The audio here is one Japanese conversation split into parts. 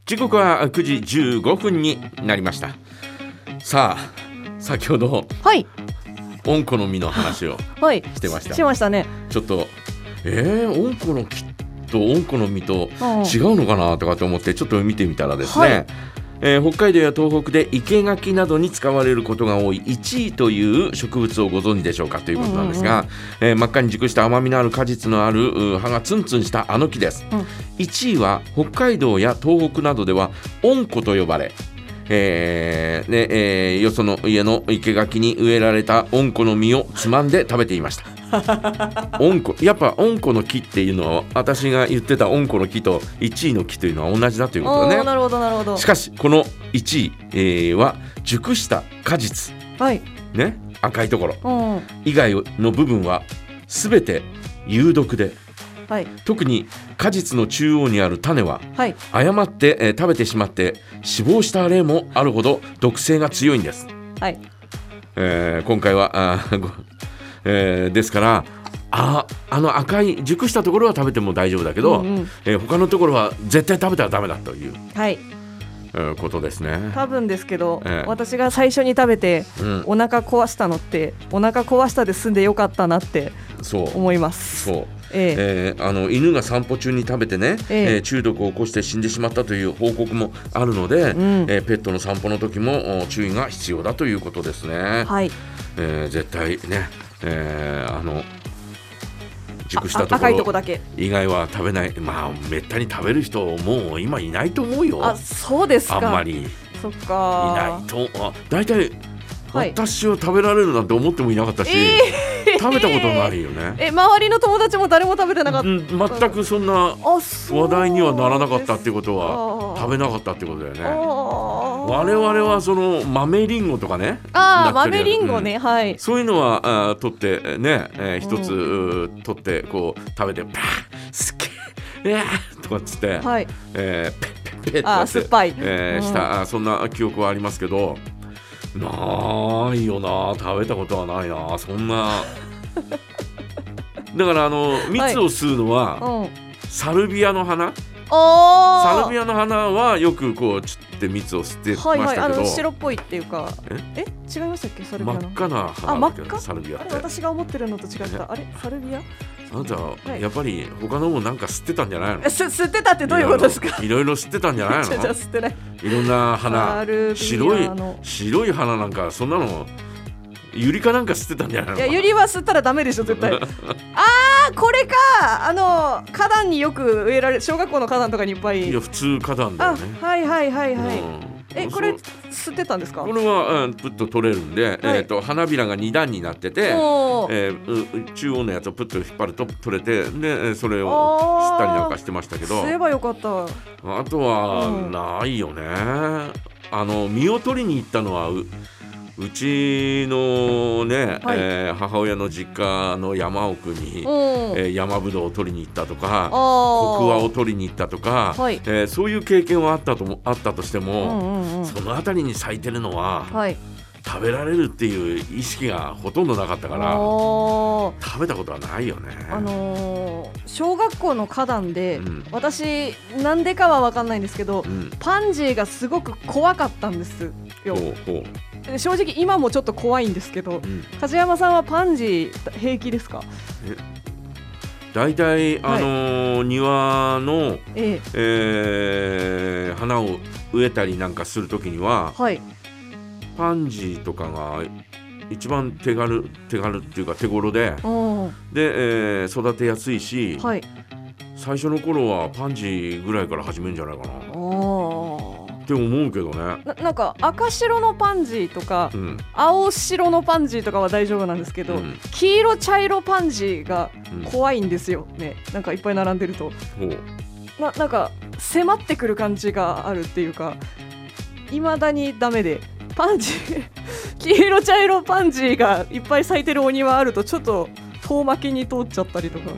時刻は9時15分になりました。さあ、先ほど、 はい、 おんこの実の話をしてました。 しましたね。 ちょっとおんこの木とおんこの実と違うのかなとかと思ってちょっと見てみたらですね、北海道や東北で生垣などに使われることが多いイチイという植物をご存知でしょうかということなんですが、真っ赤に熟した甘みのある果実のある葉がツンツンしたあの木です。イチイは北海道や東北などではおんこと呼ばれ、よその家の生垣に植えられたおんこの実をつまんで食べていました。おんこ、やっぱおんこの木っていうのは私が言ってたおんこの木とイチイの木というのは同じだということだね。 なるほどなるほど。 しかしこのイチイ、は熟した果実、ね、赤いところ、以外の部分はすべて有毒で、特に果実の中央にある種は、誤って、食べてしまって死亡した例もあるほど毒性が強いんです。今回はですからあの赤い熟したところは食べても大丈夫だけど、他のところは絶対食べたらダメだという、ことですね。 多分ですけど、私が最初に食べて、お腹壊したのってお腹壊したで済んでよかったなって思います。 犬が散歩中に食べてね、中毒を起こして死んでしまったという報告もあるので、ペットの散歩の時も注意が必要だということですね。絶対ね、熟したところ以外は食べない。めったに食べる人もう今いないと思うよ。 そうですか。 あんまりそっか、 いないと。だいたい私は食べられるなんて思ってもいなかったし、食べたことないよね。 周りの友達も誰も食べてなかった。 全くそんな話題にはならなかったっていうことは食べなかったってことだよね。我々はその豆リンゴとかね、 豆リンゴね、 そういうのは取ってね、一つ取ってこう食べてパーすっげーとかっつって、ペッペッペッと酸っぱいしたそんな記憶はありますけど、ないよな、食べたことはないな、そんなだから蜜を吸うのは、サルビアの花、サルビアの花はよくこうちょっと蜜を吸ってましたけど、 白っぽいっていうか、違いましたっけ？サルビアの真っ赤な花だけど、サルビアって。 私が思ってるのと違った。サルビア？ あなた、やっぱり他のもなんか吸ってたんじゃないの？ 吸ってたってどういうことですか？ いろいろ吸ってたんじゃないの？ 吸ってない。 いろんな花、白い花なんかそんなのユリかなんか吸ってたんじゃないの？ ユリは吸ったらダメでしょ絶対。これか、花壇によく植えられる、小学校の花壇とかにいっぱい。 いや普通花壇だよね。 これ吸ってたんですか？ これは、プッと取れるんで、花びらが2段になってて、中央のやつをプッと引っ張ると取れて、でそれを吸ったりなんかしてましたけど。 吸えばよかった。 あとはないよね。実を取りに行ったのはうちのね、母親の実家の山奥に、山ぶどうを取りに行ったとか、コクワを取りに行ったとか、そういう経験はあったとしても、そのあたりに咲いてるのは、食べられるっていう意識がほとんどなかったから食べたことはないよね。 小学校の花壇で、私なんでかは分かんないんですけど、パンジーがすごく怖かったんですよ。正直今もちょっと怖いんですけど、梶山さんはパンジー平気ですか？ だいたい庭の、花を植えたりなんかするときには、パンジーとかが一番手軽っていうか手頃で、育てやすいし、最初の頃はパンジーぐらいから始めるんじゃないかなって思うけどね。 なんか赤白のパンジーとか、青白のパンジーとかは大丈夫なんですけど、黄色茶色パンジーが怖いんですよね。なんかいっぱい並んでると、なんか迫ってくる感じがあるっていうか、未だにダメで、パンジー黄色茶色パンジーがいっぱい咲いてるお庭あるとちょっと遠巻きに通っちゃったりとか。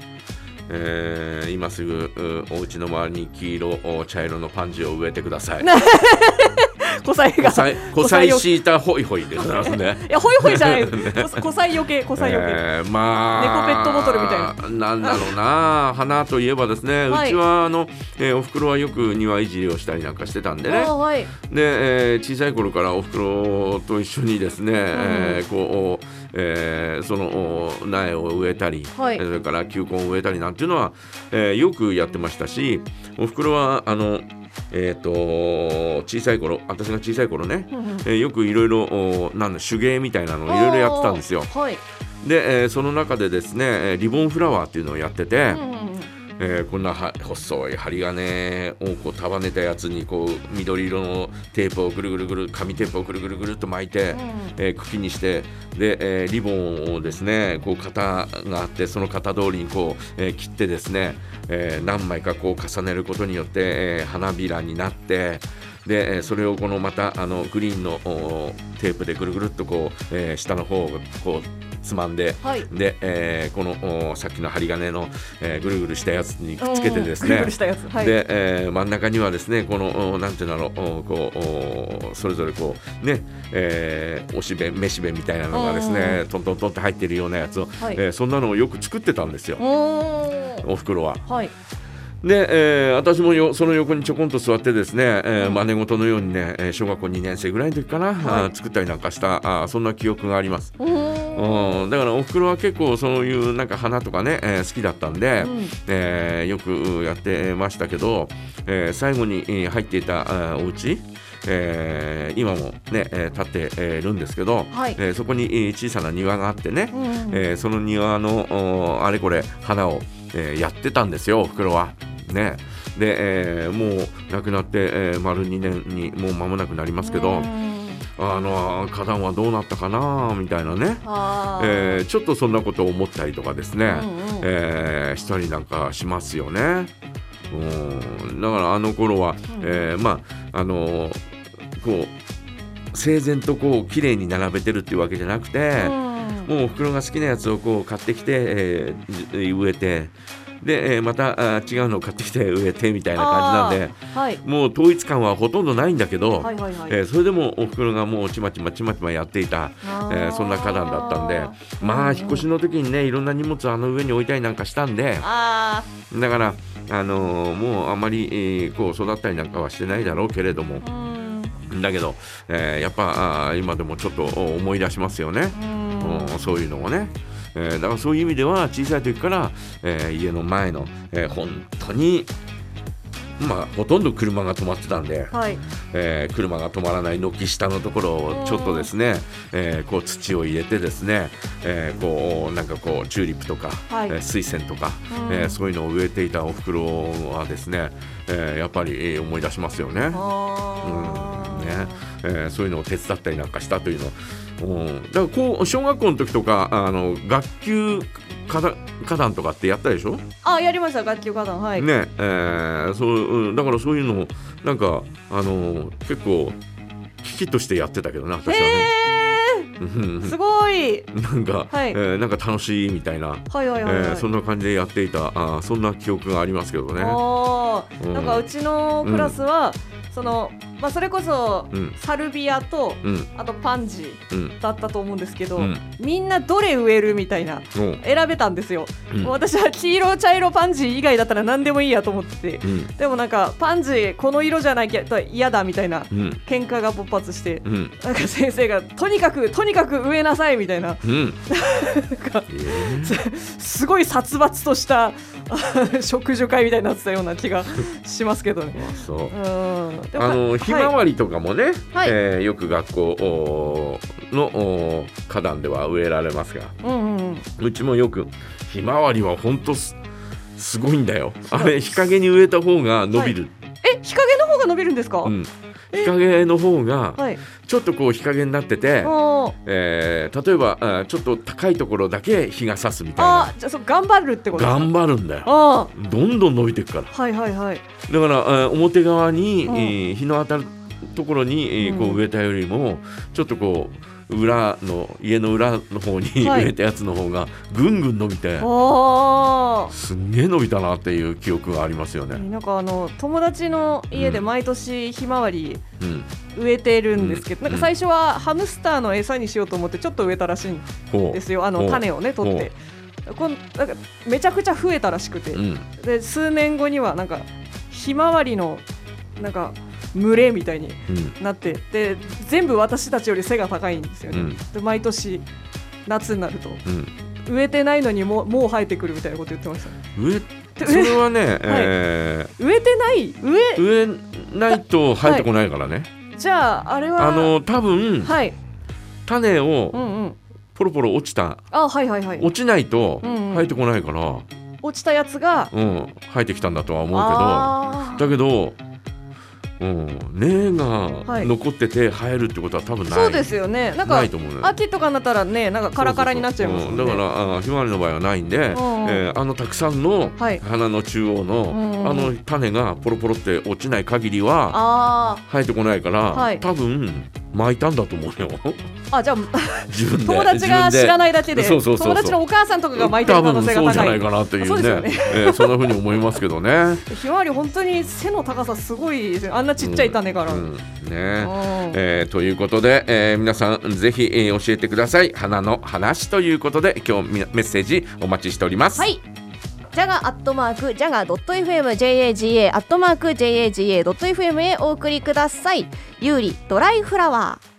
今すぐお家の周りに黄色茶色のパンジーを植えてください。 湖菜が湖菜シータホイホイでございますね。 いやホイホイじゃない湖菜よけ、まあ猫ペットボトルみたいな。 なんだろうな花といえばですね、うちはおふくろはよく庭いじりをしたりなんかしてたんでね、で、小さい頃からおふくろと一緒にですね、こうその苗を植えたり、それから球根を植えたりなんていうのは、よくやってましたし、おふくろは小さい頃、私が小さい頃ね、よくいろいろ手芸みたいなのをいろいろやってたんですよ。で、その中でですねリボンフラワーっていうのをやってて、こんな細い針金をこう束ねたやつにこう緑色のテープをぐるぐる紙テープをぐるぐるっと巻いて、茎にしてで、リボンをですねこう型があって、その型通りにこう、切ってですね、何枚かこう重ねることによって、花びらになって、でそれをこのまたグリーンのテープでぐるぐるっとこう、下の方をこうつまんで、で、このさっきの針金の、ぐるぐるしたやつにくっつけてですね、で、真ん中にはですねこのなんていうんだろう、こうそれぞれこうね、おしべめしべみたいなのがですねトントントンって入ってるようなやつを、そんなのをよく作ってたんですよ、おふくろは。で、私もその横にちょこんと座ってですね、真似事のようにね、小学校2年生ぐらいの時かな、作ったりなんかしたそんな記憶があります。だからおふくろは結構そういうなんか花とかね、好きだったんで、よくやってましたけど、最後に入っていたお家、今もね、建ってるんですけど、そこに小さな庭があってね、その庭のあれこれ花を、やってたんですよ、おふくろは。ね、で、もう亡くなって、丸2年にもう間もなくなりますけど、花壇はどうなったかなみたいなね、ちょっとそんなことを思ったりとかですね、したりなんかしますよね。だからあの頃は、こう整然とこう綺麗に並べてるっていうわけじゃなくて、もうおふくろが好きなやつをこう買ってきて、植えて、で、また違うのを買ってきて植えてみたいな感じなんで、もう統一感はほとんどないんだけど、それでもおふくろがもうちまちまやっていた、そんな花壇だったんで、まあ引っ越しの時にねいろんな荷物を上に置いたりなんかしたんで、だからもうあんまり、こう育ったりなんかはしてないだろうけれども、だけど、やっぱ今でもちょっと思い出しますよね、そういうのをね。だからそういう意味では小さい時から、家の前の、本当にほとんど車が止まってたんで、車が止まらない軒下のところをちょっとですね、こう土を入れてですね、こうなんかこうチューリップとか、水仙とか、そういうのを植えていたおふくろはですね、やっぱり思い出しますよね。そういうのを手伝ったりなんかしたというの、だからこう小学校の時とか学級花壇とかってやったでしょ。 やりました、学級花壇。 ね、だからそういうのをなんか結構きちっとしてやってたけどな、私はね。 すごいなんか、なんか楽しいみたいな、そんな感じでやっていたそんな記憶がありますけどね。 なんかうちのクラスは、それこそサルビアと、あとパンジーだったと思うんですけど、みんなどれ植えるみたいな選べたんですよ。私は黄色茶色パンジー以外だったら何でもいいやと思ってて、でもなんかパンジーこの色じゃなきゃ嫌だみたいな喧嘩が勃発して、なんか先生がとにかく植えなさいみたいな、すごい殺伐とした植樹会みたいになってたような気がしますけどね。 ひまわりとかもね、よく学校の花壇では植えられますが、うちもよくひまわりは本当すごいんだよ。あれ日陰に植えた方が伸びる。 日陰の方が伸びるんですか。 日陰の方がちょっとこう日陰になってて、例えばちょっと高いところだけ日が差すみたいな。 じゃあ頑張るってことですか。 頑張るんだよ。どんどん伸びていくから。だから表側に、日の当たるところに、こう植えたよりもちょっとこう家の裏の方に植えたやつの方がぐんぐん伸びて、すんげえ伸びたなっていう記憶がありますよね。 なんか友達の家で毎年ひまわり植えてるんですけど、なんか最初はハムスターの餌にしようと思ってちょっと植えたらしいんですよ。種をね取って、なんかめちゃくちゃ増えたらしくて、で数年後にはなんかひまわりのなんか群れみたいになって、で全部私たちより背が高いんですよね。で毎年夏になると、植えてないのにもう生えてくるみたいなこと言ってました。 それはね、 植えてない植えないと生えてこないからね。 じゃああれは多分、種をポロポロ落ちた、落ちないと生えてこないから、 落ちたやつが、 生えてきたんだとは思うけど、だけど根が残ってて生えるってことは多分ない。 そうですよね。なんかないと思うね。 秋とかになったらね、なんかカラカラになっちゃいますもんね。 だからひまわりの場合はないんで、たくさんの花の中央の、種がポロポロって落ちない限りは生えてこないから、多分巻いたんだと思うよ。 じゃあ友達が知らないだけで、友達のお母さんとかが巻いてる可能性が高い。 多分そうじゃないかなっていうね。そんな風に思いますけどね。 ひまわり本当に背の高さすごいですよ。あんなちっちゃい種から。 ということで、皆さんぜひ、教えてください。花の話ということで今日メッセージお待ちしております。 はい。jaga@jaga.fm jaga@jaga.fm へお送りください。有利ドライフラワー。